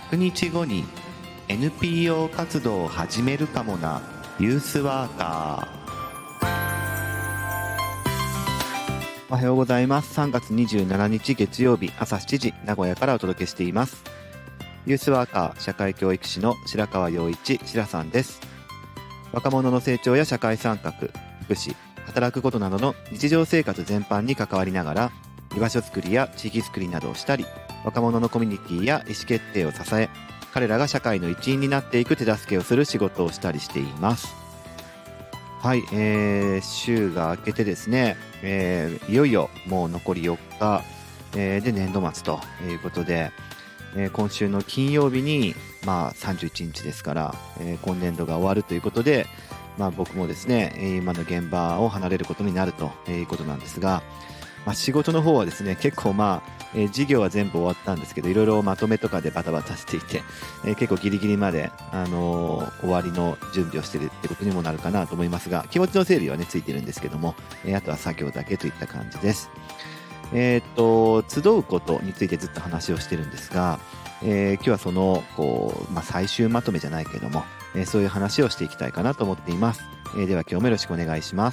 100日後に NPO 活動を始めるかもなユースワーカー。おはようございます。3月27日月曜日朝7時、名古屋からお届けしています。ユースワーカー社会教育士の白川陽一白さんです。若者の成長や社会参画、福祉、働くことなどの日常生活全般に関わりながら、居場所づくりや地域づくりなどをしたり、若者のコミュニティや意思決定を支え、彼らが社会の一員になっていく手助けをする仕事をしたりしています。はい、週が明けてですね、いよいよもう残り4日、で年度末ということで、今週の金曜日に、31日ですから、今年度が終わるということで、僕もですね、今の現場を離れることになるということなんですが、仕事の方はですね、結構事業は全部終わったんですけど、いろいろまとめとかでバタバタしていて、結構ギリギリまで、終わりの準備をしているってことにもなるかなと思いますが、気持ちの整理はね、ついてるんですけども、あとは作業だけといった感じです。集うことについてずっと話をしてるんですが、今日はその最終まとめじゃないけども、そういう話をしていきたいかなと思っています。では今日もよろしくお願いします。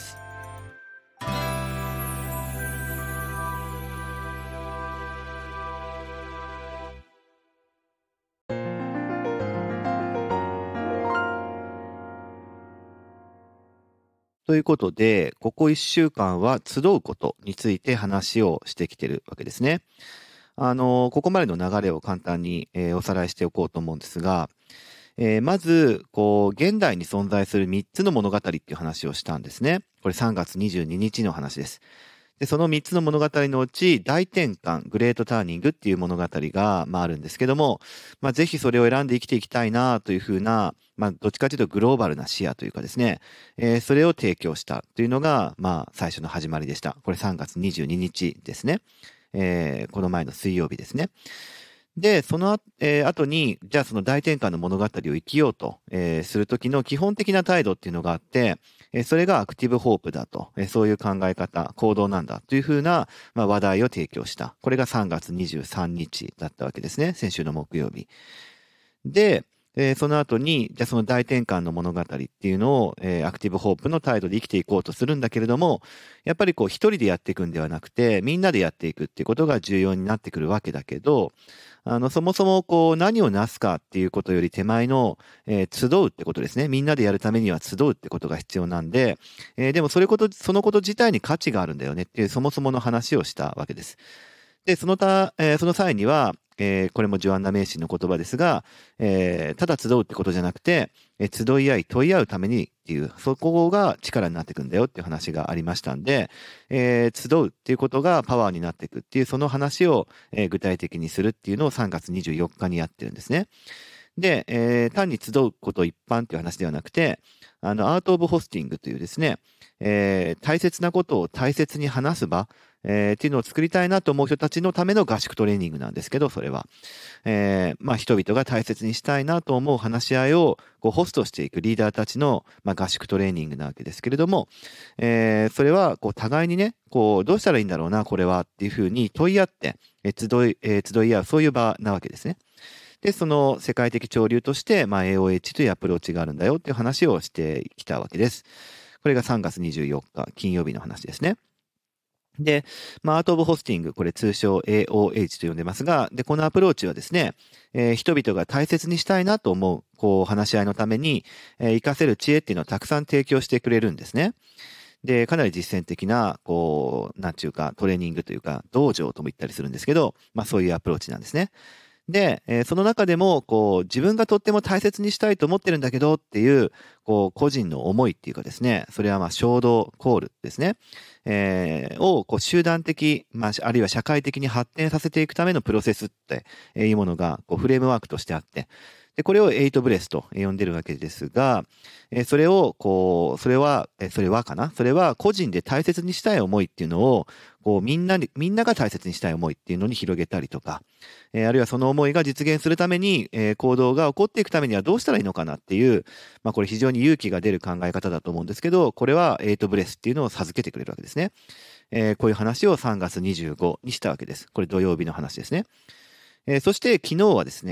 ということで、ここ1週間は集うことについて話をしてきてるわけですね。ここまでの流れを簡単に、おさらいしておこうと思うんですが、まず、現代に存在する3つの物語っていう話をしたんですね。これ3月22日の話です。で、その3つの物語のうち、大転換、グレートターニングっていう物語が、あるんですけども、ぜひそれを選んで生きていきたいなというふうな、どっちかというとグローバルな視野というかですね、それを提供したというのが、最初の始まりでした。これ3月22日ですね。この前の水曜日ですね。で、その後に、じゃあその大転換の物語を生きようと、するときの基本的な態度っていうのがあって、それがアクティブホープだと、そういう考え方、行動なんだというふうな、話題を提供した。これが3月23日だったわけですね。先週の木曜日。で、その後に、じゃあその大転換の物語っていうのを、アクティブホープの態度で生きていこうとするんだけれども、やっぱり一人でやっていくんではなくて、みんなでやっていくっていうことが重要になってくるわけだけど、そもそも何をなすかっていうことより手前の、集うってことですね。みんなでやるためには集うってことが必要なんで、でもそのこと自体に価値があるんだよねっていうそもそもの話をしたわけです。で、その際には、これもジョアンナ・メイシーの言葉ですが、ただ集うってことじゃなくて、集い合い問い合うためにっていう、そこが力になっていくんだよっていう話がありましたんで、集うっていうことがパワーになっていくっていう、その話を、具体的にするっていうのを3月24日にやってるんですね。で、単に集うこと一般っていう話ではなくて、アート・オブ・ホスティングというですね、大切なことを大切に話す場、っていうのを作りたいなと思う人たちのための合宿トレーニングなんですけど、それは。人々が大切にしたいなと思う話し合いをホストしていくリーダーたちの、合宿トレーニングなわけですけれども、それは互いにね、どうしたらいいんだろうな、これはっていうふうに問い合って、集い合う、そういう場なわけですね。で、その世界的潮流として、AOH というアプローチがあるんだよっていう話をしてきたわけです。これが3月24日、金曜日の話ですね。で、アート・オブ・ホスティング、これ通称 AOH と呼んでますが、で、このアプローチはですね、人々が大切にしたいなと思う、話し合いのために、活かせる知恵っていうのをたくさん提供してくれるんですね。で、かなり実践的な、なんちゅうか、トレーニングというか、道場とも言ったりするんですけど、そういうアプローチなんですね。で、その中でも、自分がとっても大切にしたいと思ってるんだけどっていう、個人の思いっていうかですね、それは衝動コールですね。を集団的、あるいは社会的に発展させていくためのプロセスっていうものがフレームワークとしてあって、で、これをエイトブレスと呼んでるわけですが、それは個人で大切にしたい思いっていうのを、みんなが大切にしたい思いっていうのに広げたりとか、あるいはその思いが実現するために、行動が起こっていくためにはどうしたらいいのかなっていう、これ非常に勇気が出る考え方だと思うんですけど、これはエイトブレスっていうのを授けてくれるわけですね。こういう話を3月25にしたわけです。これ土曜日の話ですね。そして昨日はですね、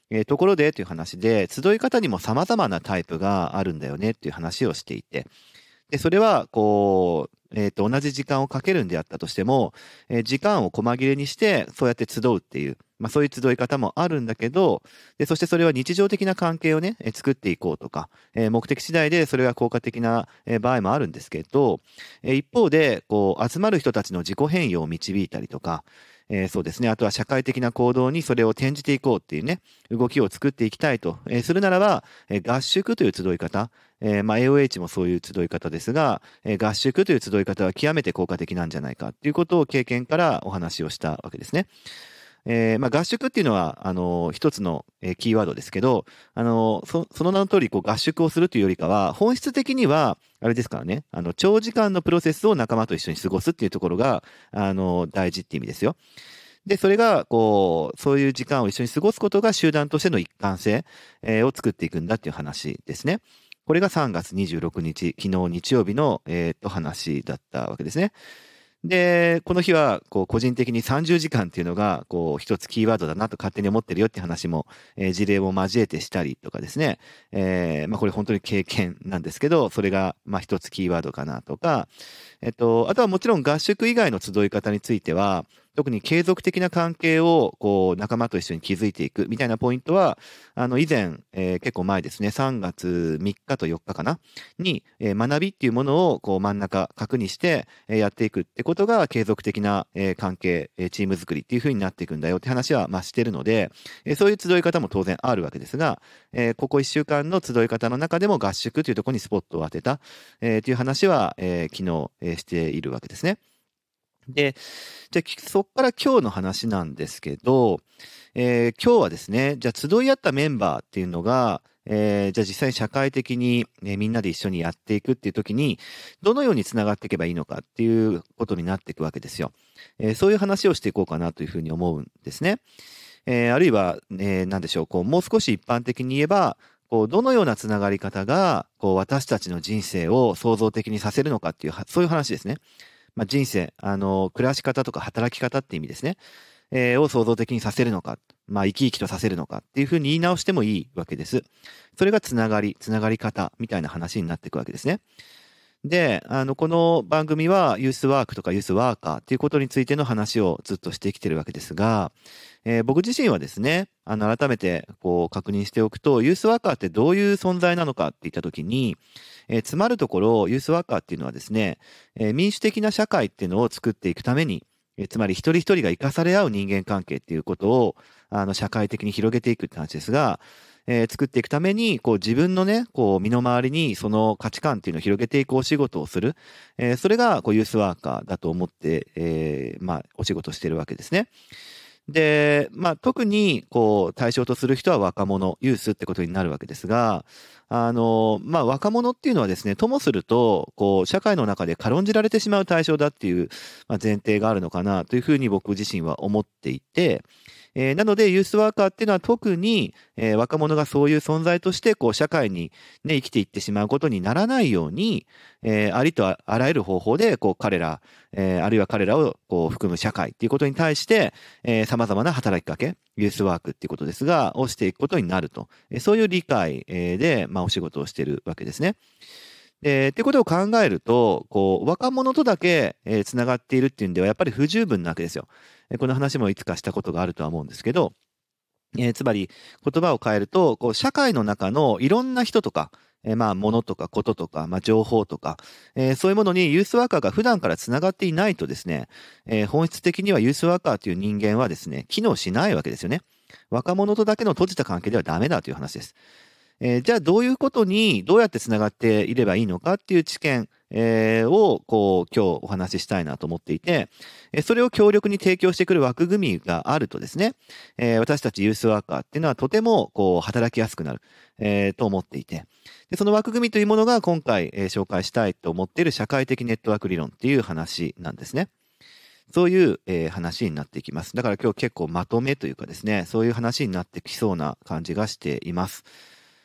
ところでという話で、集い方にも様々なタイプがあるんだよねっていう話をしていて、で、それは、同じ時間をかけるんであったとしても、時間を細切れにして、そうやって集うっていう、そういう集い方もあるんだけど、で、そしてそれは日常的な関係をね、作っていこうとか、目的次第でそれが効果的な、場合もあるんですけど、一方で、集まる人たちの自己変容を導いたりとか、そうですね。あとは社会的な行動にそれを転じていこうっていうね、動きを作っていきたいと、するならば、合宿という集い方、AOH もそういう集い方ですが、合宿という集い方は極めて効果的なんじゃないかっていうことを経験からお話をしたわけですね。合宿っていうのは、一つの、キーワードですけど、その名の通り、合宿をするというよりかは、本質的には、あれですからね、長時間のプロセスを仲間と一緒に過ごすっていうところが、大事っていう意味ですよ。で、それが、そういう時間を一緒に過ごすことが集団としての一貫性、を作っていくんだっていう話ですね。これが3月26日、昨日日曜日の、話だったわけですね。で、この日は、個人的に30時間っていうのが、一つキーワードだなと勝手に思ってるよって話も、事例を交えてしたりとかですね。これ本当に経験なんですけど、それが、一つキーワードかなとか、あとはもちろん合宿以外の集い方については、特に継続的な関係を仲間と一緒に築いていくみたいなポイントは、以前、結構前ですね、3月3日と4日かな、に、学びっていうものを真ん中、核にして、やっていくってことが継続的な、関係、チーム作りっていう風になっていくんだよって話は、してるので、そういう集い方も当然あるわけですが、ここ1週間の集い方の中でも合宿というところにスポットを当てた、っていう話は、昨日、しているわけですね。で、じゃあ、そこから今日の話なんですけど、今日はですね、じゃあ集い合ったメンバーっていうのが、じゃあ実際に社会的に、みんなで一緒にやっていくっていう時に、どのようにつながっていけばいいのかっていうことになっていくわけですよ。そういう話をしていこうかなというふうに思うんですね。あるいは、なんでしょう、もう少し一般的に言えば、どのようなつながり方が、私たちの人生を創造的にさせるのかっていう、そういう話ですね。人生、暮らし方とか働き方って意味ですね。を創造的にさせるのか、生き生きとさせるのかっていうふうに言い直してもいいわけです。それがつながり方みたいな話になっていくわけですね。で、この番組はユースワークとかユースワーカーっていうことについての話をずっとしてきてるわけですが、僕自身はですね、改めて確認しておくと、ユースワーカーってどういう存在なのかって言ったときに、つまるところ、ユースワーカーっていうのはですね、民主的な社会っていうのを作っていくために、つまり一人一人が生かされ合う人間関係っていうことを、社会的に広げていくって話ですが、作っていくために、自分のね、身の回りにその価値観っていうのを広げていくお仕事をする。それが、ユースワーカーだと思って、お仕事してるわけですね。で、特に、対象とする人は若者、ユースってことになるわけですが、若者っていうのはですね、ともすると、社会の中で軽んじられてしまう対象だっていう、前提があるのかなというふうに僕自身は思っていて、なので、ユースワーカーっていうのは特に、若者がそういう存在として、社会にね、生きていってしまうことにならないように、ありとあらゆる方法で、彼ら、あるいは彼らを含む社会っていうことに対して、様々な働きかけ、ユースワークっていうことですが、をしていくことになると。そういう理解、で、お仕事をしているわけですね。っていうことを考えると、若者とだけ、つながっているっていうんでは、やっぱり不十分なわけですよ。この話もいつかしたことがあるとは思うんですけど、つまり言葉を変えると、社会の中のいろんな人とか、物とかこととか、情報とか、そういうものにユースワーカーが普段からつながっていないとですね、本質的にはユースワーカーという人間はですね、機能しないわけですよね。若者とだけの閉じた関係ではダメだという話です。じゃあどういうことにどうやってつながっていればいいのかっていう知見、を今日お話ししたいなと思っていて、それを強力に提供してくる枠組みがあるとですね、私たちユースワーカーっていうのはとても働きやすくなる、と思っていて、でその枠組みというものが今回、紹介したいと思っている社会的ネットワーク理論っていう話なんですね。そういう、話になっていきます。だから今日結構まとめというかですね、そういう話になってきそうな感じがしています。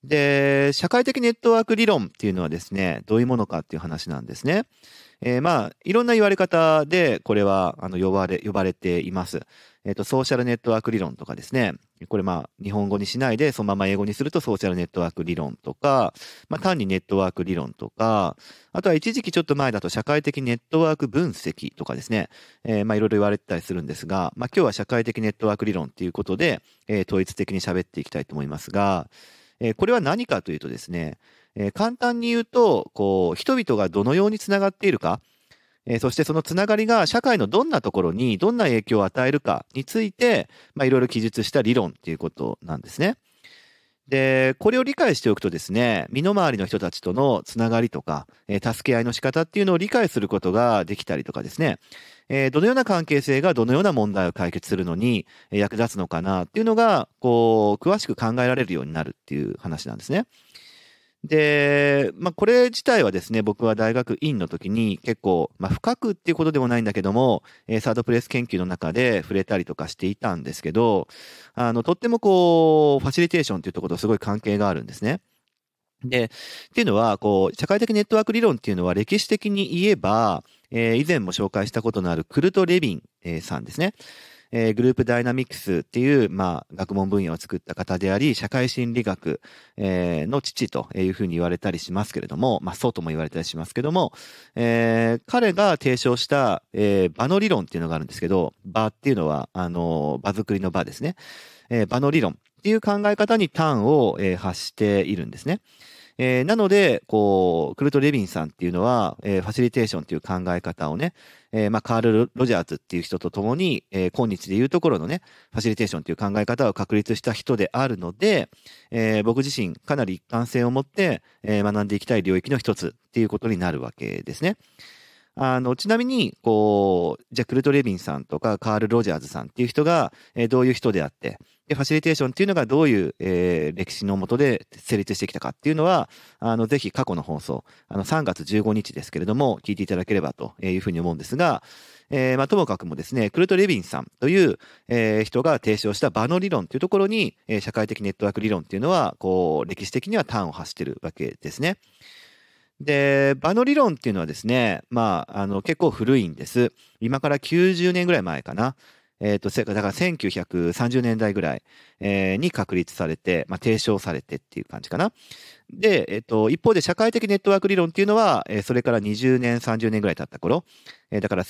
で、社会的ネットワーク理論っていうのはですね、どういうものかっていう話なんですね。いろんな言われ方で、これは、呼ばれています。ソーシャルネットワーク理論とかですね。これ日本語にしないで、そのまま英語にするとソーシャルネットワーク理論とか、単にネットワーク理論とか、あとは一時期ちょっと前だと社会的ネットワーク分析とかですね。いろいろ言われてたりするんですが、今日は社会的ネットワーク理論っていうことで、統一的に喋っていきたいと思いますが、これは何かというとですね、簡単に言うと、人々がどのようにつながっているか、そしてそのつながりが社会のどんなところにどんな影響を与えるかについて、いろいろ記述した理論っていうことなんですね。で、これを理解しておくとですね、身の回りの人たちとのつながりとか、助け合いの仕方っていうのを理解することができたりとかですね、どのような関係性がどのような問題を解決するのに役立つのかなっていうのが、詳しく考えられるようになるっていう話なんですね。で、これ自体はですね、僕は大学院の時に結構、深くっていうことでもないんだけども、サードプレイス研究の中で触れたりとかしていたんですけど、とってもファシリテーションっていうところとすごい関係があるんですね。で、っていうのは、社会的ネットワーク理論っていうのは歴史的に言えば、以前も紹介したことのあるクルト・レビン、さんですね。グループダイナミクスっていう、学問分野を作った方であり、社会心理学、の父というふうに言われたりしますけれども、そうとも言われたりしますけども、彼が提唱した、場の理論っていうのがあるんですけど、場っていうのは、場作りの場ですね。場の理論っていう考え方に端を、発しているんですね。なので、クルト・レビンさんっていうのは、ファシリテーションっていう考え方をね、カール・ロジャーズっていう人と共に、今日でいうところのね、ファシリテーションっていう考え方を確立した人であるので、僕自身かなり一貫性を持って、学んでいきたい領域の一つっていうことになるわけですね。ちなみに、じゃあクルト・レビンさんとかカール・ロジャーズさんっていう人が、どういう人であって、で、ファシリテーションっていうのがどういう、歴史のもとで成立してきたかっていうのは、ぜひ過去の放送、3月15日ですけれども、聞いていただければというふうに思うんですが、ともかくもですね、クルト・レビンさんという、人が提唱した場の理論っていうところに、社会的ネットワーク理論っていうのは、歴史的には端を発しているわけですね。で、場の理論っていうのはですね、結構古いんです。今から90年ぐらい前かな。だから1930年代ぐらい、に確立されて、提唱されてっていう感じかな。で、一方で社会的ネットワーク理論っていうのは、それから20年、30年ぐらい経った頃、だから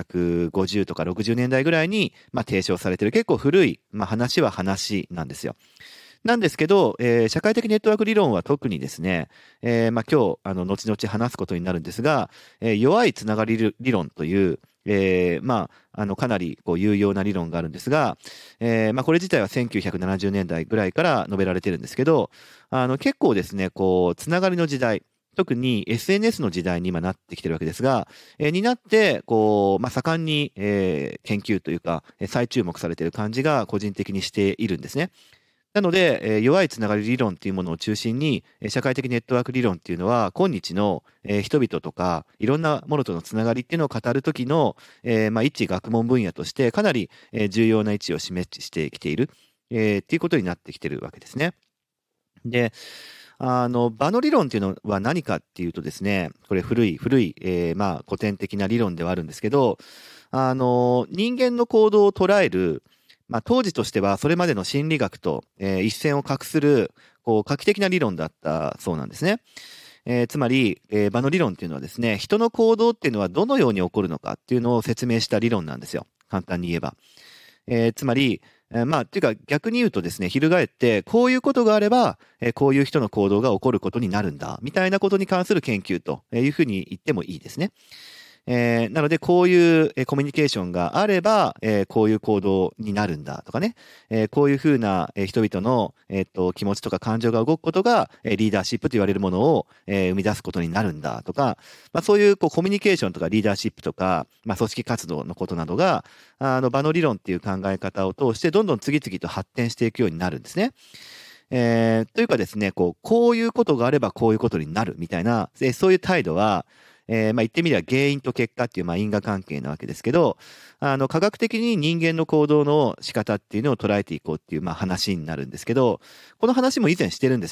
1950とか60年代ぐらいに、提唱されてる結構古い、話は話なんですよ。なんですけど、社会的ネットワーク理論は特にですね、今日、後々話すことになるんですが、弱いつながり理論という、かなり有用な理論があるんですが、これ自体は1970年代ぐらいから述べられてるんですけど、結構ですね、つながりの時代、特に SNS の時代に今なってきてるわけですが、になって、盛んに、研究というか、再注目されている感じが個人的にしているんですね。なので、弱いつながり理論っていうものを中心に、社会的ネットワーク理論っていうのは、今日の、人々とか、いろんなものとのつながりっていうのを語るときの、一学問分野として、かなり、重要な位置を示してきている、っていうことになってきてるわけですね。で、場の理論っていうのは何かっていうとですね、これ古い、古典的な理論ではあるんですけど、人間の行動を捉える、当時としてはそれまでの心理学と、一線を画する、画期的な理論だったそうなんですね。つまり、場の理論っていうのはですね、人の行動っていうのはどのように起こるのかっていうのを説明した理論なんですよ。簡単に言えば。つまり、っていうか逆に言うとですね、翻って、こういうことがあれば、こういう人の行動が起こることになるんだ、みたいなことに関する研究というふうに言ってもいいですね。なので、こういうコミュニケーションがあれば、こういう行動になるんだとかね、こういうふうな人々の、気持ちとか感情が動くことが、リーダーシップと言われるものを、生み出すことになるんだとか、そういうコミュニケーションとかリーダーシップとか、組織活動のことなどが、場の理論っていう考え方を通して、どんどん次々と発展していくようになるんですね。というかですね、こういうことがあればこういうことになるみたいな、そういう態度は、言ってみれば原因と結果っていう因果関係なわけですけど、科学的に人間の行動の仕方っていうのを捉えていこうっていう話になるんですけど、この話も以前してるんですよ。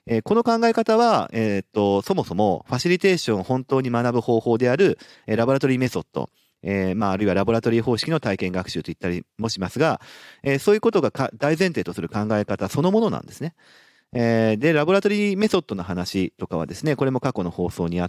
この考え方は、そもそもファシリテーションを本当に学ぶ方法である、ラボラトリーメソッド、あるいはラボラトリー方式の体験学習といったりもしますが、そういうことが大前提とする考え方そのものなんですね。で、ラボラトリーメソッドの話とかはですね、これも過去の放送にあって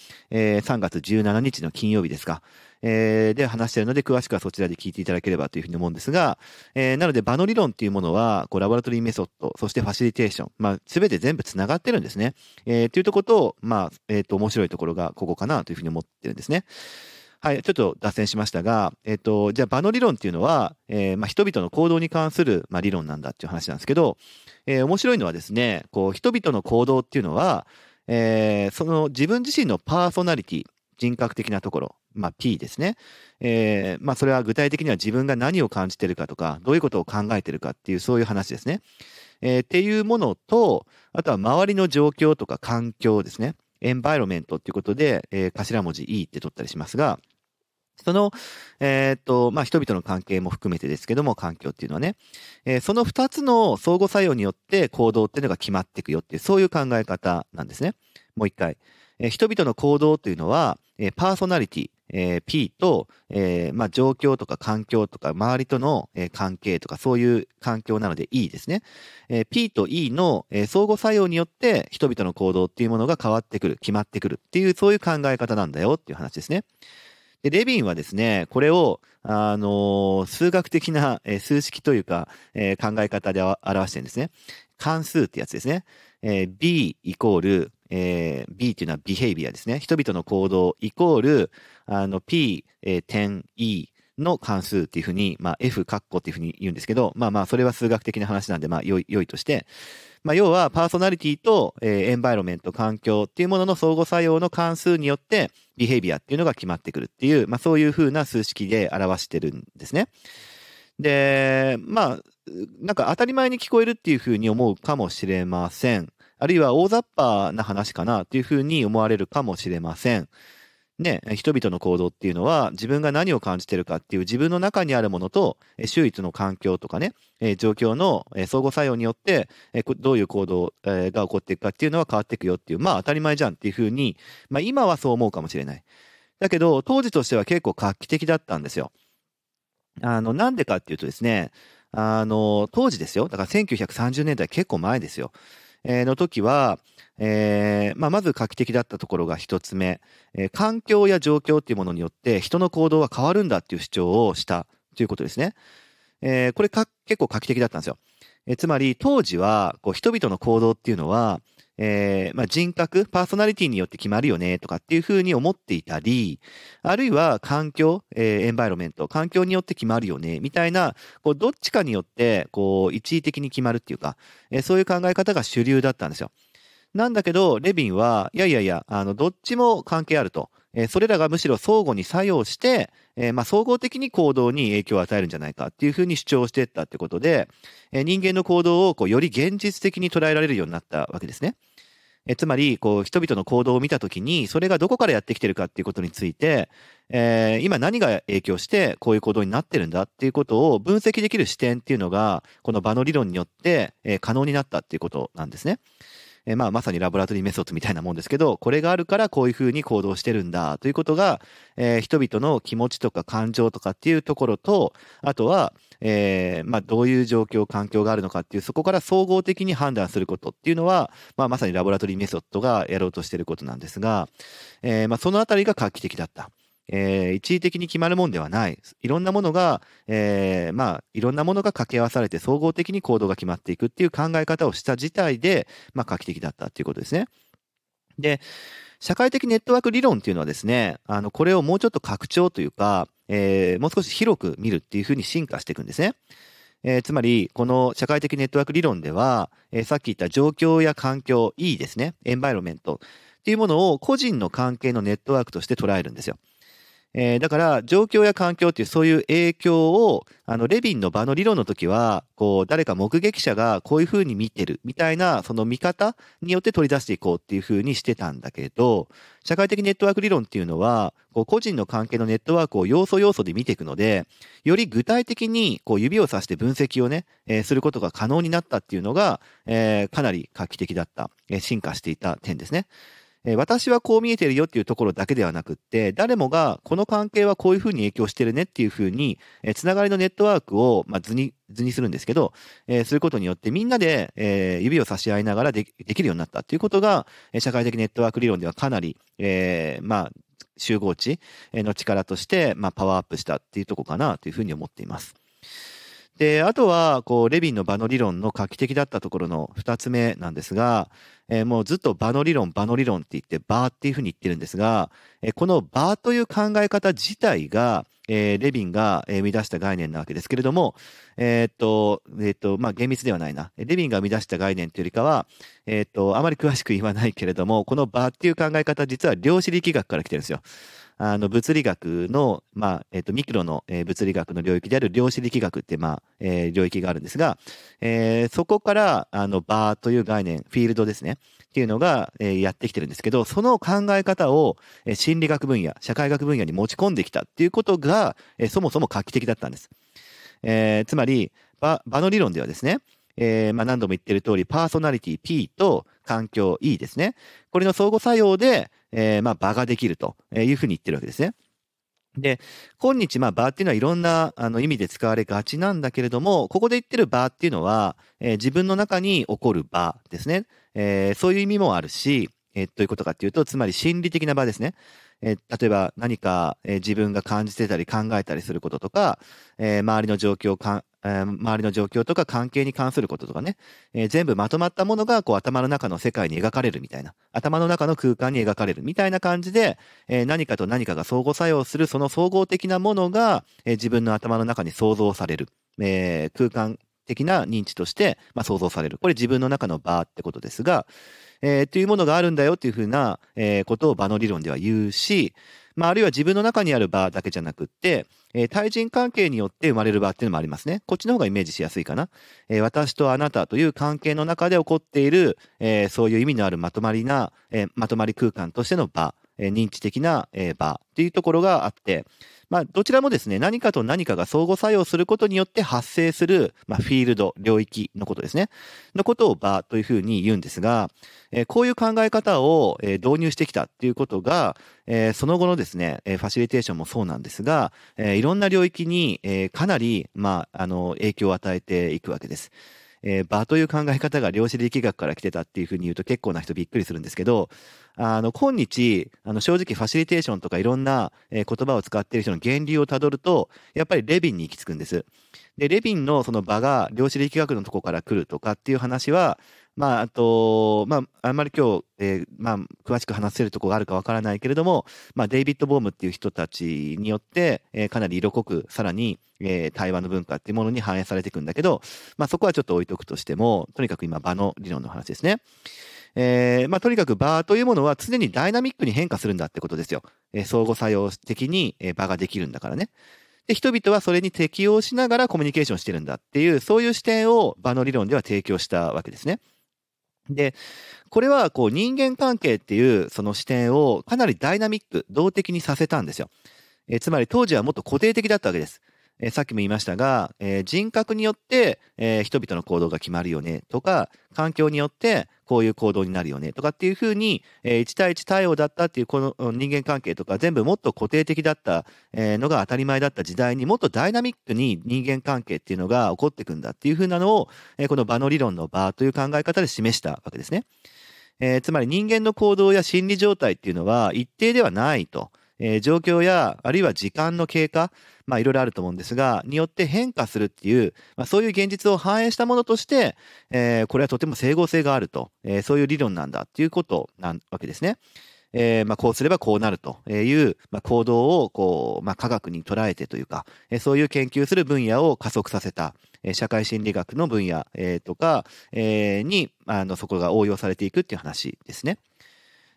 、3月17日の金曜日ですか、で話しているので、詳しくはそちらで聞いていただければというふうに思うんですが、なので、場の理論っていうものは、ラボラトリーメソッド、そしてファシリテーション、すべて全部つながってるんですね。というところと、面白いところがここかなというふうに思ってるんですね。はい、ちょっと脱線しましたが、じゃあ場の理論っていうのは、人々の行動に関する、理論なんだっていう話なんですけど、面白いのはですね、人々の行動っていうのは、その自分自身のパーソナリティ、人格的なところ、P ですね。それは具体的には自分が何を感じてるかとか、どういうことを考えてるかっていう、そういう話ですね。っていうものと、あとは周りの状況とか環境ですね。エンバイロメントっていうことで、頭文字 E って取ったりしますが、その、人々の関係も含めてですけども、環境っていうのはね、その2つの相互作用によって行動っていうのが決まっていくよっていう、そういう考え方なんですね。もう一回。人々の行動というのは、パーソナリティ、P と、状況とか環境とか周りとの、関係とかそういう環境なので E ですね。P と E の、相互作用によって人々の行動っていうものが変わってくる、決まってくるっていう、そういう考え方なんだよっていう話ですね。で、レビンはですね、これを、数学的な、数式というか、考え方で表してるんですね。関数ってやつですね。B イコール、B っていうのはビヘイビアですね。人々の行動イコール、P、点 E の関数っていうふうに、F カッコっていうふうに言うんですけど、それは数学的な話なんで、良いとして、要はパーソナリティと、エンバイロメント、環境っていうものの相互作用の関数によって、ビヘイビアっていうのが決まってくるっていう、そういうふうな数式で表してるんですね。で、なんか当たり前に聞こえるっていうふうに思うかもしれません。あるいは大雑把な話かなっていうふうに思われるかもしれません。ね、人々の行動っていうのは自分が何を感じてるかっていう自分の中にあるものと周囲との環境とかね、状況の相互作用によってどういう行動が起こっていくかっていうのは変わっていくよっていう、当たり前じゃんっていうふうに、今はそう思うかもしれない。だけど当時としては結構画期的だったんですよ。なんでかっていうとですね、当時ですよ。だから1930年代結構前ですよ。の時は、まず画期的だったところが一つ目、環境や状況っていうものによって人の行動は変わるんだっていう主張をしたということですね。これ結構画期的だったんですよ。つまり当時は人々の行動っていうのは、人格、パーソナリティによって決まるよねとかっていうふうに思っていたり、あるいは環境、エンバイロメント、環境によって決まるよねみたいな、どっちかによって一時的に決まるっていうか、そういう考え方が主流だったんですよ。なんだけど、レビンは、いやいやいや、どっちも関係あると。それらがむしろ相互に作用して、総合的に行動に影響を与えるんじゃないかっていうふうに主張していったってことで、人間の行動をより現実的に捉えられるようになったわけですね。つまり人々の行動を見たときにそれがどこからやってきてるかっていうことについて、今何が影響してこういう行動になってるんだっていうことを分析できる視点っていうのがこの場の理論によって、可能になったっていうことなんですね。まさにラボラトリーメソッドみたいなもんですけど、これがあるからこういうふうに行動してるんだということが、人々の気持ちとか感情とかっていうところと、あとは、どういう状況、環境があるのかっていう、そこから総合的に判断することっていうのは、まさにラボラトリーメソッドがやろうとしていることなんですが、そのあたりが画期的だった。一時的に決まるもんではない。いろんなものが、いろんなものが掛け合わされて総合的に行動が決まっていくっていう考え方をした自体で、画期的だったっていうことですね。で、社会的ネットワーク理論っていうのはですね、これをもうちょっと拡張というか、もう少し広く見るっていうふうに進化していくんですね。つまり、この社会的ネットワーク理論では、さっき言った状況や環境、いいですね、エンバイロメントっていうものを個人の関係のネットワークとして捉えるんですよ。 だから状況や環境っていうそういう影響をレヴィンの場の理論の時はこう誰か目撃者がこういうふうに見てるみたいなその見方によって取り出していこうっていうふうにしてたんだけど、社会的ネットワーク理論っていうのはこう個人の関係のネットワークを要素要素で見ていくので、より具体的にこう指をさして分析をね、することが可能になったっていうのが、かなり画期的だった、進化していた点ですね。私はこう見えてるよっていうところだけではなくって、誰もがこの関係はこういうふうに影響してるねっていうふうに、つながりのネットワークを、図にするんですけど、することによってみんなで、指を差し合いながらできるようになったっていうことが、社会的ネットワーク理論ではかなり、集合値の力として、パワーアップしたっていうところかなというふうに思っています。で、あとは、こう、レヴィンの場の理論の画期的だったところの二つ目なんですが、もうずっと場の理論って言って、場っていうふうに言ってるんですが、この場という考え方自体が、レヴィンが生み出した概念なわけですけれども、厳密ではないな。レヴィンが生み出した概念というよりかは、あまり詳しく言わないけれども、この場っていう考え方、実は量子力学から来てるんですよ。物理学の、ミクロの、物理学の領域である量子力学って、領域があるんですが、そこから、場という概念、フィールドですね、っていうのが、やってきてるんですけど、その考え方を、心理学分野、社会学分野に持ち込んできたっていうことが、そもそも画期的だったんです。つまり、場の理論ではですね、何度も言ってる通り、パーソナリティ P と環境 E ですね。これの相互作用で、場ができるというふうに言ってるわけですね。で、今日、場っていうのはいろんな意味で使われがちなんだけれども、ここで言ってる場っていうのは、自分の中に起こる場ですね。そういう意味もあるし、どういうことかっていうと、つまり心理的な場ですね。例えば何か、自分が感じてたり考えたりすることとか、周りの状況とか関係に関することとかね、全部まとまったものがこう頭の中の世界に描かれるみたいな、頭の中の空間に描かれるみたいな感じで、何かと何かが相互作用するその総合的なものが、自分の頭の中に想像される、空間的な認知として、想像される。これ自分の中の場ってことですが、というものがあるんだよっていうふうな、ことを場の理論では言うし、あるいは自分の中にある場だけじゃなくって、対人関係によって生まれる場っていうのもありますね。こっちの方がイメージしやすいかな。私とあなたという関係の中で起こっている、そういう意味のあるまとまり空間としての場、認知的な、場っていうところがあって、どちらもですね、何かと何かが相互作用することによって発生する、フィールド、領域のことですね。のことを場というふうに言うんですが、こういう考え方を、導入してきたっていうことが、その後のですね、ファシリテーションもそうなんですが、いろんな領域に、かなり、影響を与えていくわけです。場という考え方が量子力学から来てたっていうふうに言うと結構な人びっくりするんですけど、今日、正直ファシリテーションとかいろんな、言葉を使っている人の源流をたどると、やっぱりレヴィンに行き着くんです。で、レヴィンのその場が量子力学のとこから来るとかっていう話は、あんまり今日、詳しく話せるところがあるかわからないけれども、デイビッド・ボームっていう人たちによって、かなり色濃く、さらに、対話の文化っていうものに反映されていくんだけど、そこはちょっと置いとくとしても、とにかく今、場の理論の話ですね。とにかく場というものは常にダイナミックに変化するんだってことですよ。相互作用的に場ができるんだからね。で、人々はそれに適応しながらコミュニケーションしてるんだっていう、そういう視点を場の理論では提供したわけですね。で、これはこう人間関係っていうその視点をかなりダイナミック、動的にさせたんですよ。つまり当時はもっと固定的だったわけです。さっきも言いましたが、人格によって、人々の行動が決まるよねとか、環境によってこういう行動になるよねとかっていうふうに、1対1対応だったっていうこの人間関係とか全部もっと固定的だった、のが当たり前だった時代にもっとダイナミックに人間関係っていうのが起こっていくんだっていうふうなのを、この場の理論の場という考え方で示したわけですね。つまり人間の行動や心理状態っていうのは一定ではないと。状況やあるいは時間の経過、いろいろあると思うんですが、によって変化するっていう、そういう現実を反映したものとして、これはとても整合性があると、そういう理論なんだっていうことなわけですね。こうすればこうなるという、行動をこう、科学に捉えてというか、そういう研究する分野を加速させた、社会心理学の分野、とか、にそこが応用されていくっていう話ですね。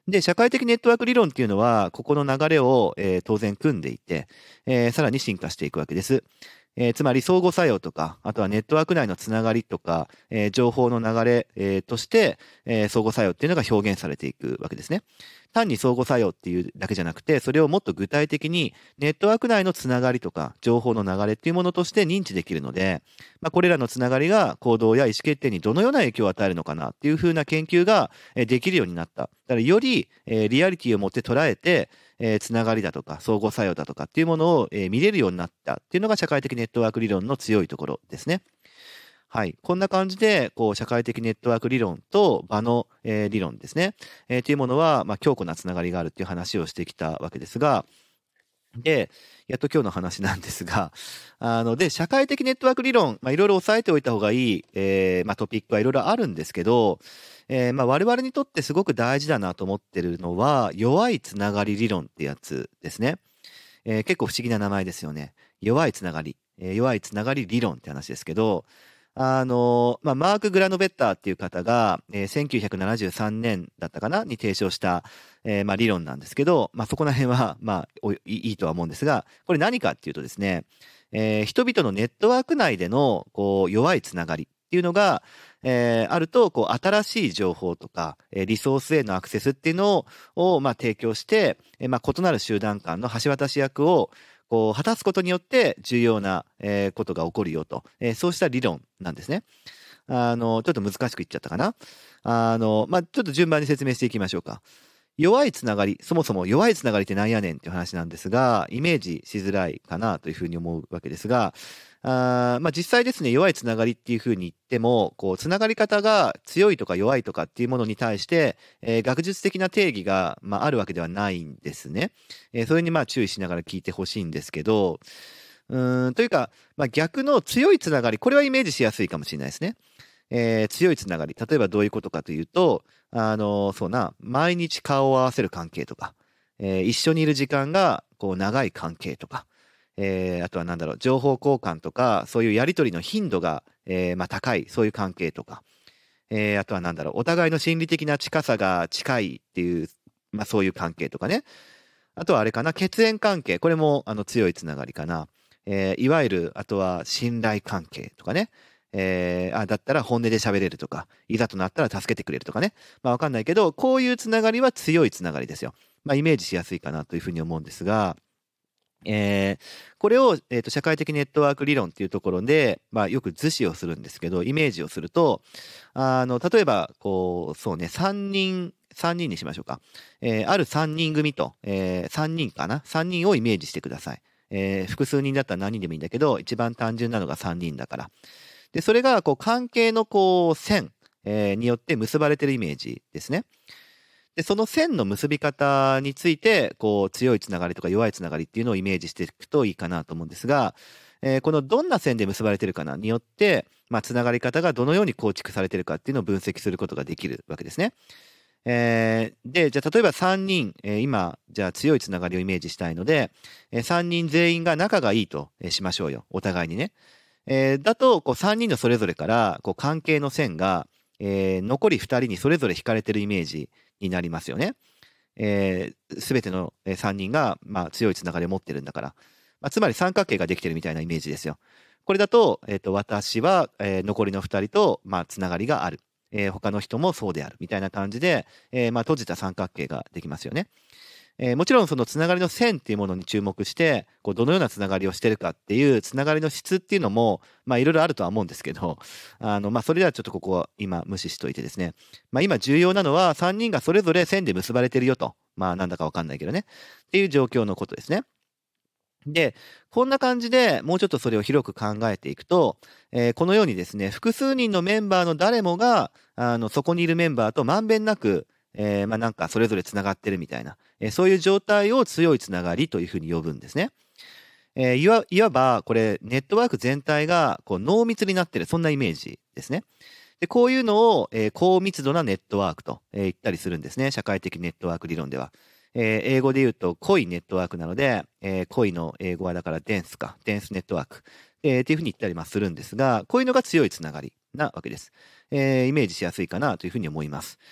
で、社会的ネットワーク理論っていうのは、ここの流れを、当然組んでいて、さらに進化していくわけです。つまり相互作用とか、あとはネットワーク内のつながりとか、情報の流れ、として、相互作用っていうのが表現されていくわけですね。単に相互作用っていうだけじゃなくて、それをもっと具体的にネットワーク内のつながりとか、情報の流れっていうものとして認知できるので、これらのつながりが行動や意思決定にどのような影響を与えるのかなっていうふうな研究ができるようになった。だからよりリアリティを持って捉えて、つながりだとか相互作用だとかっていうものを見れるようになったっていうのが社会的ネットワーク理論の強いところですね。はい。こんな感じで、社会的ネットワーク理論と場の、理論ですね。っていうものは、強固なつながりがあるっていう話をしてきたわけですが、で、やっと今日の話なんですが、で、社会的ネットワーク理論、いろいろ押さえておいた方がいい、トピックはいろいろあるんですけど、我々にとってすごく大事だなと思ってるのは、弱いつながり理論ってやつですね。結構不思議な名前ですよね。弱いつながり、弱いつながり理論って話ですけど、マーク・グラノベッターっていう方が、1973年だったかなに提唱した、理論なんですけど、そこら辺は、いいとは思うんですが、これ何かっていうとですね、人々のネットワーク内での弱いつながりっていうのが、あると新しい情報とか、リソースへのアクセスっていうのを、提供して、異なる集団間の橋渡し役を果たすことによって重要な、ことが起こるよと、そうした理論なんですね。ちょっと難しく言っちゃったかな。ちょっと順番に説明していきましょうか。弱いつながり、そもそも弱いつながりってなんやねんっていう話なんですが、イメージしづらいかなというふうに思うわけですが、実際ですね、弱いつながりっていうふうに言っても、つながり方が強いとか弱いとかっていうものに対して、学術的な定義が、あるわけではないんですね。それに注意しながら聞いてほしいんですけど、というか、逆の強いつながり、これはイメージしやすいかもしれないですね。強いつながり。例えばどういうことかというと、毎日顔を合わせる関係とか、一緒にいる時間が長い関係とか、あとは情報交換とか、そういうやり取りの頻度が、高い、そういう関係とか、あとはお互いの心理的な近さが近いっていう、そういう関係とかね。あとはあれかな、血縁関係。これも強いつながりかな。いわゆる、あとは信頼関係とかね。だったら本音で喋れるとか、いざとなったら助けてくれるとかね。わかんないけど、こういうつながりは強いつながりですよ。イメージしやすいかなというふうに思うんですが、これを、社会的ネットワーク理論っていうところで、よく図示をするんですけど、イメージをすると、例えば、そうね、3人にしましょうか。ある3人組と、3人かな ?3 人をイメージしてください。複数人だったら何人でもいいんだけど、一番単純なのが3人だから。で、それが、関係の、線、によって結ばれてるイメージですね。で、その線の結び方について、強いつながりとか弱いつながりっていうのをイメージしていくといいかなと思うんですが、このどんな線で結ばれてるかなによって、つながり方がどのように構築されてるかっていうのを分析することができるわけですね。で、じゃあ例えば3人、今、じゃあ強いつながりをイメージしたいので、3人全員が仲がいいとしましょうよ。お互いにね。だと、3人のそれぞれから、関係の線が、残り2人にそれぞれ引かれてるイメージになりますよね。すべての3人が、強いつながりを持ってるんだから。つまり三角形ができてるみたいなイメージですよ。これだと、私は、残りの2人と、つながりがある。他の人もそうである。みたいな感じで、閉じた三角形ができますよね。もちろんそのつながりの線っていうものに注目して、どのようなつながりをしてるかっていうつながりの質っていうのも、いろいろあるとは思うんですけど、それではちょっとここは今無視しといてですね。今重要なのは3人がそれぞれ線で結ばれてるよと。なんだかわかんないけどね。っていう状況のことですね。で、こんな感じでもうちょっとそれを広く考えていくと、このようにですね、複数人のメンバーの誰もが、そこにいるメンバーとまんべんなく、なんかそれぞれつながってるみたいな、そういう状態を強いつながりというふうに呼ぶんですね。いわば、これ、ネットワーク全体が濃密になってる、そんなイメージですね。で、こういうのを、高密度なネットワークと、言ったりするんですね。社会的ネットワーク理論では。英語で言うと濃いネットワークなので、濃いの英語はだからデンスネットワーク、っていうふうに言ったりするんですが、こういうのが強いつながりなわけです。イメージしやすいかなというふうに思います。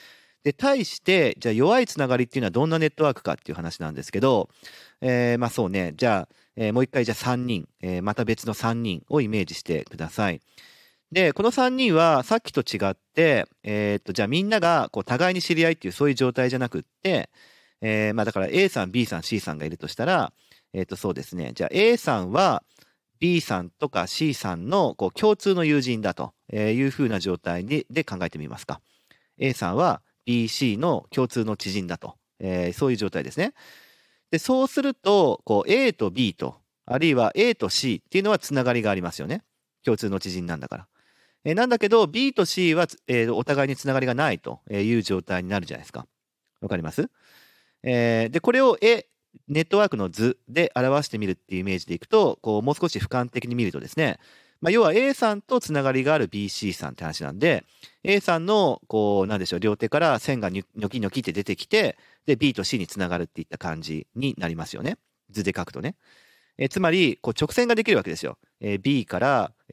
で、対して、じゃあ弱いつながりっていうのはどんなネットワークかっていう話なんですけど、まあそうね、じゃあ、もう一回じゃあ3人、また別の3人をイメージしてください。で、この3人はさっきと違って、じゃあみんながこう互いに知り合いっていうそういう状態じゃなくって、まあだから A さん、B さん、C さんがいるとしたら、そうですね。じゃあ A さんは B さんとか C さんのこう共通の友人だというふうな状態で考えてみますか。A さんは BC の共通の知人だと、そういう状態ですね。で、そうすると、こう A と B と、あるいは A と C っていうのはつながりがありますよね。共通の知人なんだから。なんだけど B と C は、お互いにつながりがないという状態になるじゃないですか。わかります？で、これをネットワークの図で表してみるっていうイメージでいくと、こうもう少し俯瞰的に見るとですね、まあ、要は A さんとつながりがある BC さんって話なんで、A さんの、こう、なんでしょう、両手から線がニョキニョキって出てきて、で、B と C につながるっていった感じになりますよね。図で書くとね。つまり、こう直線ができるわけですよ。B から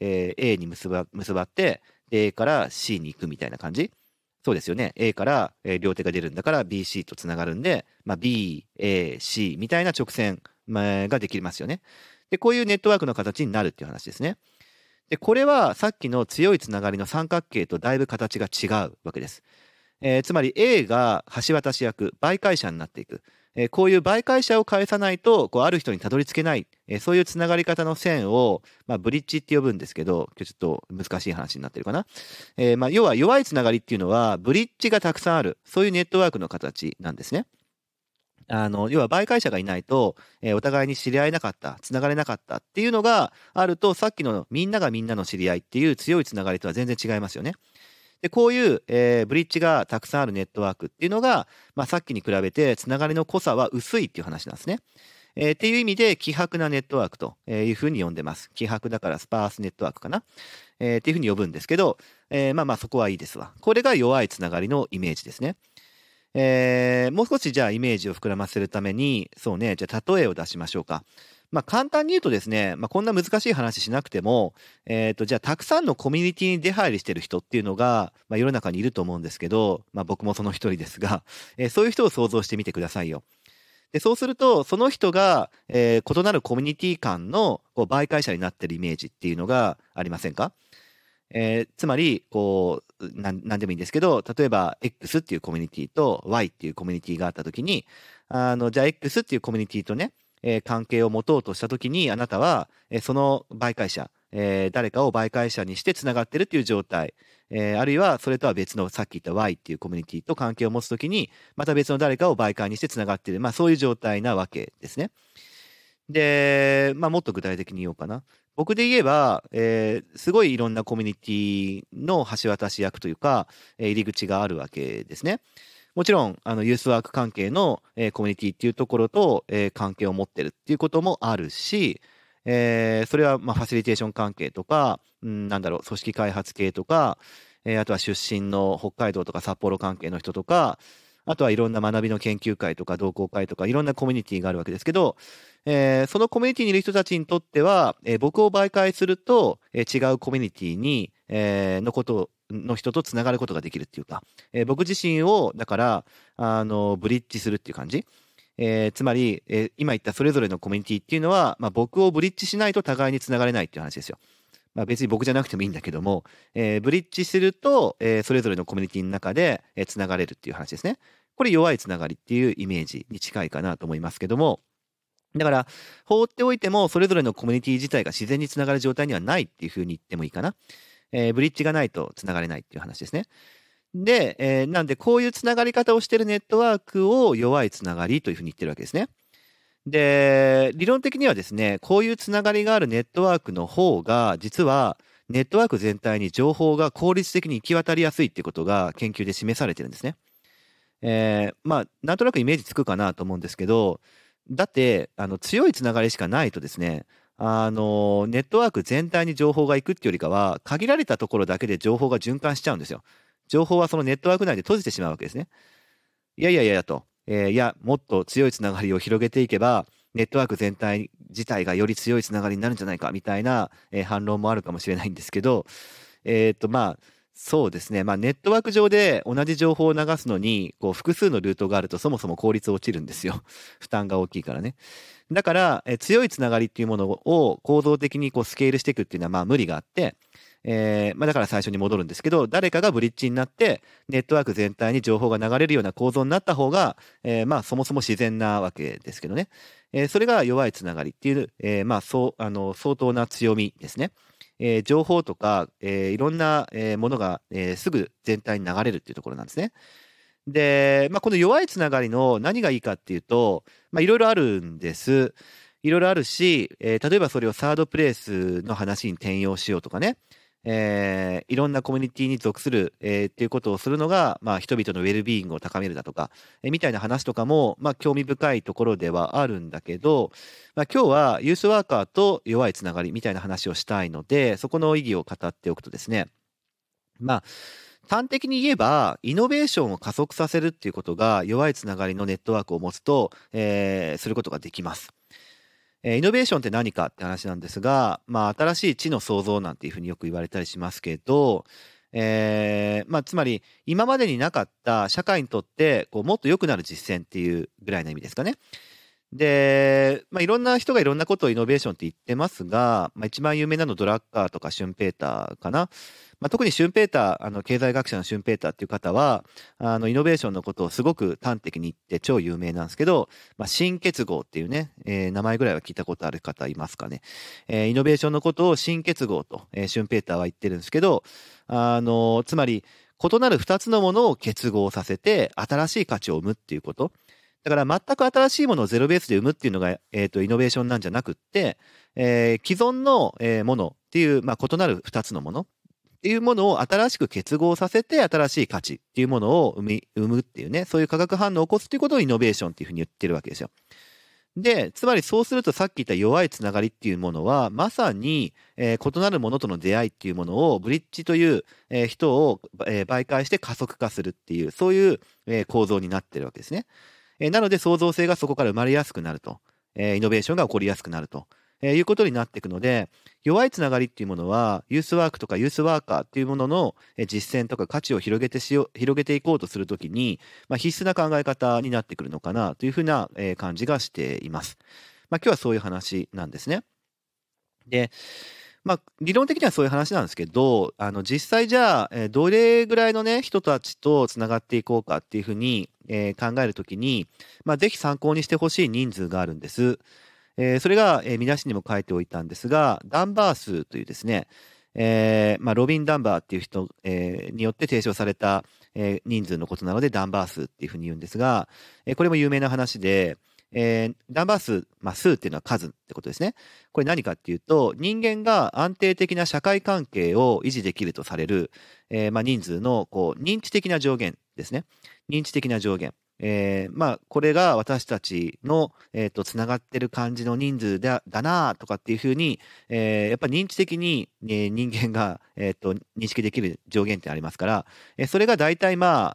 、A に結ばって、A から C に行くみたいな感じ。そうですよね。A から、両手が出るんだから BC とつながるんで、まあ、B、A、C みたいな直線、ができますよね。で、こういうネットワークの形になるっていう話ですね。で、これはさっきの強いつながりの三角形とだいぶ形が違うわけです。つまり A が橋渡し役、媒介者になっていく。こういう媒介者を返さないと、こうある人にたどり着けない、そういうつながり方の線を、まあ、ブリッジって呼ぶんですけど、今日ちょっと難しい話になってるかな。まあ、要は弱いつながりっていうのは、ブリッジがたくさんある、そういうネットワークの形なんですね。要は媒介者がいないと、お互いに知り合えなかった、つながれなかったっていうのがあると、さっきのみんながみんなの知り合いっていう強いつながりとは全然違いますよね。で、こういう、ブリッジがたくさんあるネットワークっていうのが、まあ、さっきに比べてつながりの濃さは薄いっていう話なんですね。っていう意味で、希薄なネットワークというふうに呼んでます。希薄だからスパースネットワークかな。っていうふうに呼ぶんですけど、まあまあそこはいいですわ。これが弱いつながりのイメージですね。もう少しじゃあイメージを膨らませるために、そうね、じゃあ例えを出しましょうか。まあ簡単に言うとですね、まあこんな難しい話しなくても、じゃあたくさんのコミュニティに出入りしてる人っていうのが、まあ世の中にいると思うんですけど、まあ僕もその一人ですが、そういう人を想像してみてくださいよ。で、そうすると、その人が、異なるコミュニティ間のこう媒介者になってるイメージっていうのがありませんか？つまり、こう、なんでもいいんですけど、例えば X っていうコミュニティと Y っていうコミュニティがあったときに、じゃあ X っていうコミュニティとね、関係を持とうとしたときに、あなたは、その媒介者、誰かを媒介者にしてつながってるっていう状態、あるいはそれとは別のさっき言った Y っていうコミュニティと関係を持つときに、また別の誰かを媒介にしてつながってる、まあそういう状態なわけですね。で、まあ、もっと具体的に言おうかな。僕で言えば、すごいいろんなコミュニティの橋渡し役というか、入り口があるわけですね。もちろん、ユースワーク関係の、コミュニティっていうところと、関係を持ってるっていうこともあるし、それは、まあ、ファシリテーション関係とか、なんだろう、組織開発系とか、あとは出身の北海道とか札幌関係の人とか、あとはいろんな学びの研究会とか同好会とかいろんなコミュニティがあるわけですけど、そのコミュニティにいる人たちにとっては、僕を媒介すると、違うコミュニティに、の人とつながることができるっていうか、僕自身を、だから、ブリッジするっていう感じ。つまり、今言ったそれぞれのコミュニティっていうのは、まあ、僕をブリッジしないと互いにつながれないっていう話ですよ。まあ、別に僕じゃなくてもいいんだけども、ブリッジすると、それぞれのコミュニティの中で、つながれるっていう話ですね。これ弱いつながりっていうイメージに近いかなと思いますけども、だから、放っておいても、それぞれのコミュニティ自体が自然につながる状態にはないっていうふうに言ってもいいかな。ブリッジがないとつながれないっていう話ですね。で、なんで、こういうつながり方をしているネットワークを弱いつながりというふうに言ってるわけですね。で、理論的にはですね、こういうつながりがあるネットワークの方が、実はネットワーク全体に情報が効率的に行き渡りやすいっていうことが研究で示されてるんですね。まあ、なんとなくイメージつくかなと思うんですけど、だって、強いつながりしかないとですね、ネットワーク全体に情報が行くっていうよりかは、限られたところだけで情報が循環しちゃうんですよ。情報はそのネットワーク内で閉じてしまうわけですね。いやいやいやと、いや、もっと強いつながりを広げていけば、ネットワーク全体自体がより強いつながりになるんじゃないかみたいな、反論もあるかもしれないんですけど、まあ、 そうですね。ネットワーク上で同じ情報を流すのに、複数のルートがあるとそもそも効率落ちるんですよ。負担が大きいからね。だから、強いつながりっていうものを構造的にスケールしていくっていうのは無理があって、だから最初に戻るんですけど、誰かがブリッジになって、ネットワーク全体に情報が流れるような構造になった方が、そもそも自然なわけですけどね。それが弱いつながりっていう、相当な強みですね。情報とか、いろんな、ものが、すぐ全体に流れるっていうところなんですね。で、この弱いつながりの何がいいかっていうと、いろいろあるんです。いろいろあるし、例えばそれをサードプレイスの話に転用しようとかね、いろんなコミュニティに属する、っていうことをするのが、人々のウェルビーイングを高めるだとか、みたいな話とかも、興味深いところではあるんだけど、今日はユースワーカーと弱いつながりみたいな話をしたいので、そこの意義を語っておくとですね、端的に言えば、イノベーションを加速させるっていうことが弱いつながりのネットワークを持つと、することができます。イノベーションって何かって話なんですが、新しい知の創造なんていうふうによく言われたりしますけど、つまり今までになかった社会にとってもっと良くなる実践っていうぐらいの意味ですかね。で、いろんな人がいろんなことをイノベーションって言ってますが、一番有名なのドラッカーとかシュンペーターかな。特にシュンペーター、経済学者のシュンペーターっていう方は、イノベーションのことをすごく端的に言って超有名なんですけど、新結合っていうね、名前ぐらいは聞いたことある方いますかね。イノベーションのことを新結合と、シュンペーターは言ってるんですけど、つまり、異なる2つのものを結合させて新しい価値を生むっていうこと。だから全く新しいものをゼロベースで生むっていうのが、イノベーションなんじゃなくって、既存の、ものっていう、異なる2つのものっていうものを新しく結合させて新しい価値っていうものを生むっていうね、そういう化学反応を起こすっていうことをイノベーションっていうふうに言ってるわけですよ。で、つまりそうするとさっき言った弱いつながりっていうものは、まさに、異なるものとの出会いっていうものをブリッジという、人を、媒介して加速化するっていう、そういう、構造になってるわけですね。なので創造性がそこから生まれやすくなると、イノベーションが起こりやすくなると、いうことになっていくので、弱いつながりっていうものはユースワークとかユースワーカーっていうものの実践とか価値を広げていこうとするときに、必須な考え方になってくるのかなというふうな感じがしています。今日はそういう話なんですね。で、理論的にはそういう話なんですけど、実際じゃあ、どれぐらいのね、人たちとつながっていこうかっていうふうに、考えるときに、ぜひ参考にしてほしい人数があるんです。それが、見出しにも書いておいたんですが、ダンバー数というですね、ロビン・ダンバーっていう人、によって提唱された、人数のことなので、ダンバー数っていうふうに言うんですが、これも有名な話で、ダンバー数、数っていうのは数ってことですね。これ何かっていうと、人間が安定的な社会関係を維持できるとされる、人数の認知的な上限ですね。認知的な上限。これが私たちの、つながってる感じの人数だなとかっていうふうに、やっぱり認知的に、人間が、認識できる上限ってありますから、それが大体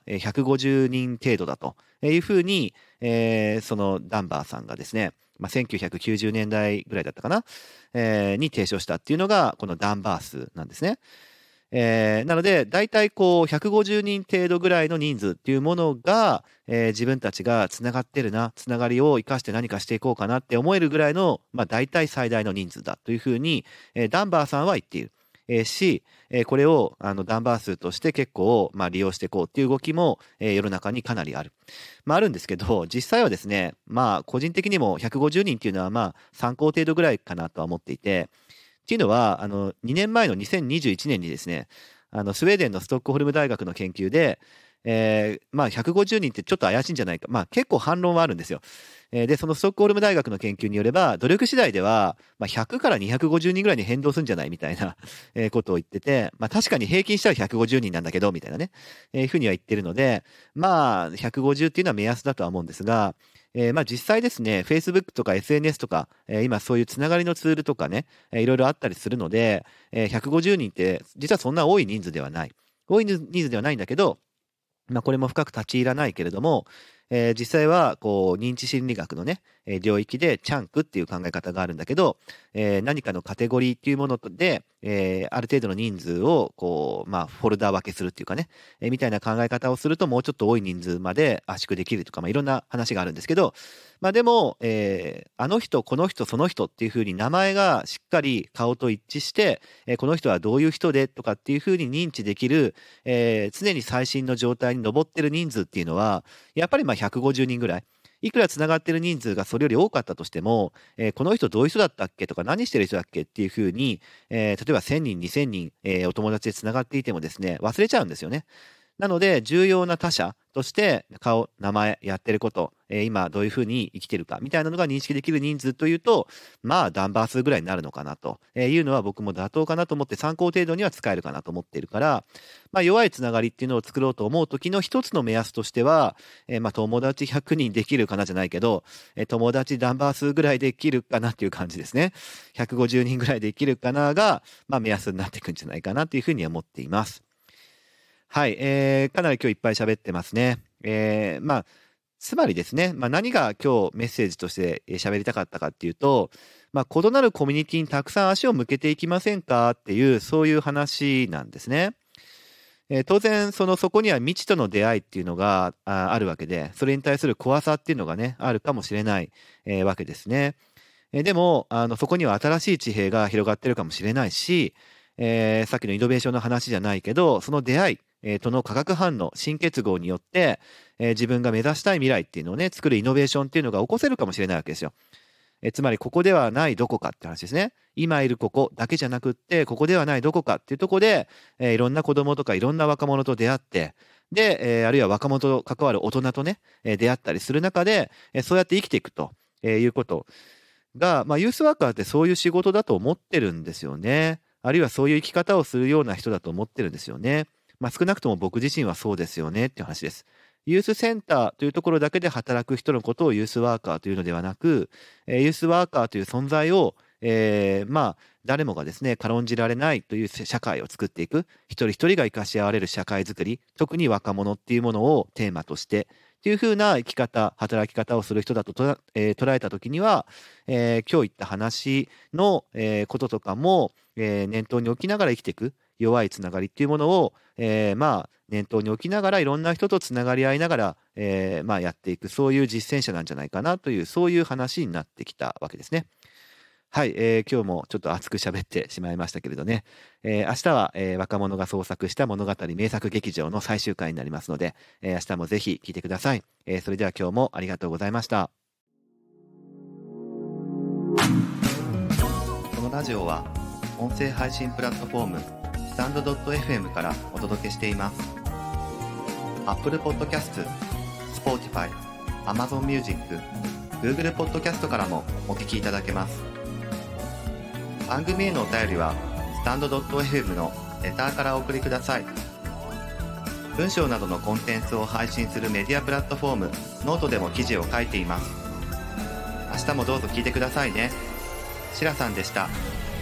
150人程度だというふうに、そのダンバーさんがですね、1990年代ぐらいだったかな、に提唱したっていうのがこのダンバー数なんですね。なので、大体150人程度ぐらいの人数っていうものが、自分たちがつながってるな、つながりを生かして何かしていこうかなって思えるぐらいの、大体最大の人数だというふうに、ダンバーさんは言っている。これをダンバー数として結構、利用していこうっていう動きも、世の中にかなりある。あるんですけど、実際はですね、個人的にも150人っていうのは参考程度ぐらいかなとは思っていて、っていうのは、2年前の2021年にですね、スウェーデンのストックホルム大学の研究で、150人ってちょっと怪しいんじゃないか。結構反論はあるんですよ。で、そのストックホルム大学の研究によれば、努力次第では、100から250人ぐらいに変動するんじゃないみたいなことを言ってて、確かに平均したら150人なんだけど、みたいなね、ふうには言ってるので、150っていうのは目安だとは思うんですが、実際ですね、Facebook とか SNS とか、今そういうつながりのツールとかね、いろいろあったりするので、150人って実はそんな多い人数ではない。多い人数ではないんだけど、これも深く立ち入らないけれども、 実際はこう認知心理学のね、領域でチャンクっていう考え方があるんだけど、何かのカテゴリーっていうもので、ある程度の人数をこう、フォルダ分けするっていうかね、みたいな考え方をするともうちょっと多い人数まで圧縮できるとか、いろんな話があるんですけど、でも、あの人、この人、その人っていうふうに名前がしっかり顔と一致して、この人はどういう人でとかっていうふうに認知できる、常に最新の状態に上ってる人数っていうのは、やっぱり150人ぐらい。いくらつながってる人数がそれより多かったとしても、この人どういう人だったっけとか何してる人だっけっていうふうに、例えば1000人、2000人、お友達でつながっていてもですね、忘れちゃうんですよね。なので、重要な他者として顔、名前、やってること、今どういうふうに生きてるかみたいなのが認識できる人数というと、ナンバー数ぐらいになるのかなというのは僕も妥当かなと思って参考程度には使えるかなと思っているから、弱いつながりっていうのを作ろうと思う時の一つの目安としては、友達100人できるかなじゃないけど、友達ナンバー数ぐらいできるかなっていう感じですね。150人ぐらいできるかなが、目安になっていくんじゃないかなというふうに思っています。はい、かなり今日いっぱい喋ってますね。つまりですね、何が今日メッセージとして喋りたかったかっていうと、異なるコミュニティにたくさん足を向けていきませんかっていう、そういう話なんですね。当然そこには未知との出会いっていうのがあるわけで、それに対する怖さっていうのがね、あるかもしれない、わけですね。でもそこには新しい地平が広がってるかもしれないし、さっきのイノベーションの話じゃないけど、その出会い、との化学反応、新結合によって、自分が目指したい未来っていうのをね、作るイノベーションっていうのが起こせるかもしれないわけですよ。つまりここではないどこかって話ですね。今いるここだけじゃなくって、ここではないどこかっていうところで、いろんな子供とかいろんな若者と出会って、で、あるいは若者と関わる大人とね、出会ったりする中で、そうやって生きていくということが、ユースワーカーってそういう仕事だと思ってるんですよね。あるいはそういう生き方をするような人だと思ってるんですよね。少なくとも僕自身はそうですよねっていう話です。ユースセンターというところだけで働く人のことをユースワーカーというのではなく、ユースワーカーという存在を、誰もがですね、軽んじられないという社会を作っていく、一人一人が生かし合われる社会づくり、特に若者っていうものをテーマとして、っていう風な生き方、働き方をする人だと捉えたときには、今日言った話の、こととかも、念頭に置きながら生きていく。弱いつながりっていうものを、念頭に置きながらいろんな人とつながり合いながら、やっていく、そういう実践者なんじゃないかなという、そういう話になってきたわけですね。はい、今日もちょっと熱く喋ってしまいましたけれどね、明日は、若者が創作した物語名作劇場の最終回になりますので、明日もぜひ聞いてください。それでは今日もありがとうございました。このラジオは音声配信プラットフォームスタンド .fm からお届けしています。Apple Podcast、Spotify、Amazon Music、Google Podcast からもお聞きいただけます。番組へのお便りはスタンド .fm のレターからお送りください。文章などのコンテンツを配信するメディアプラットフォームノートでも記事を書いています。明日もどうぞ聞いてくださいね。しらさんでした。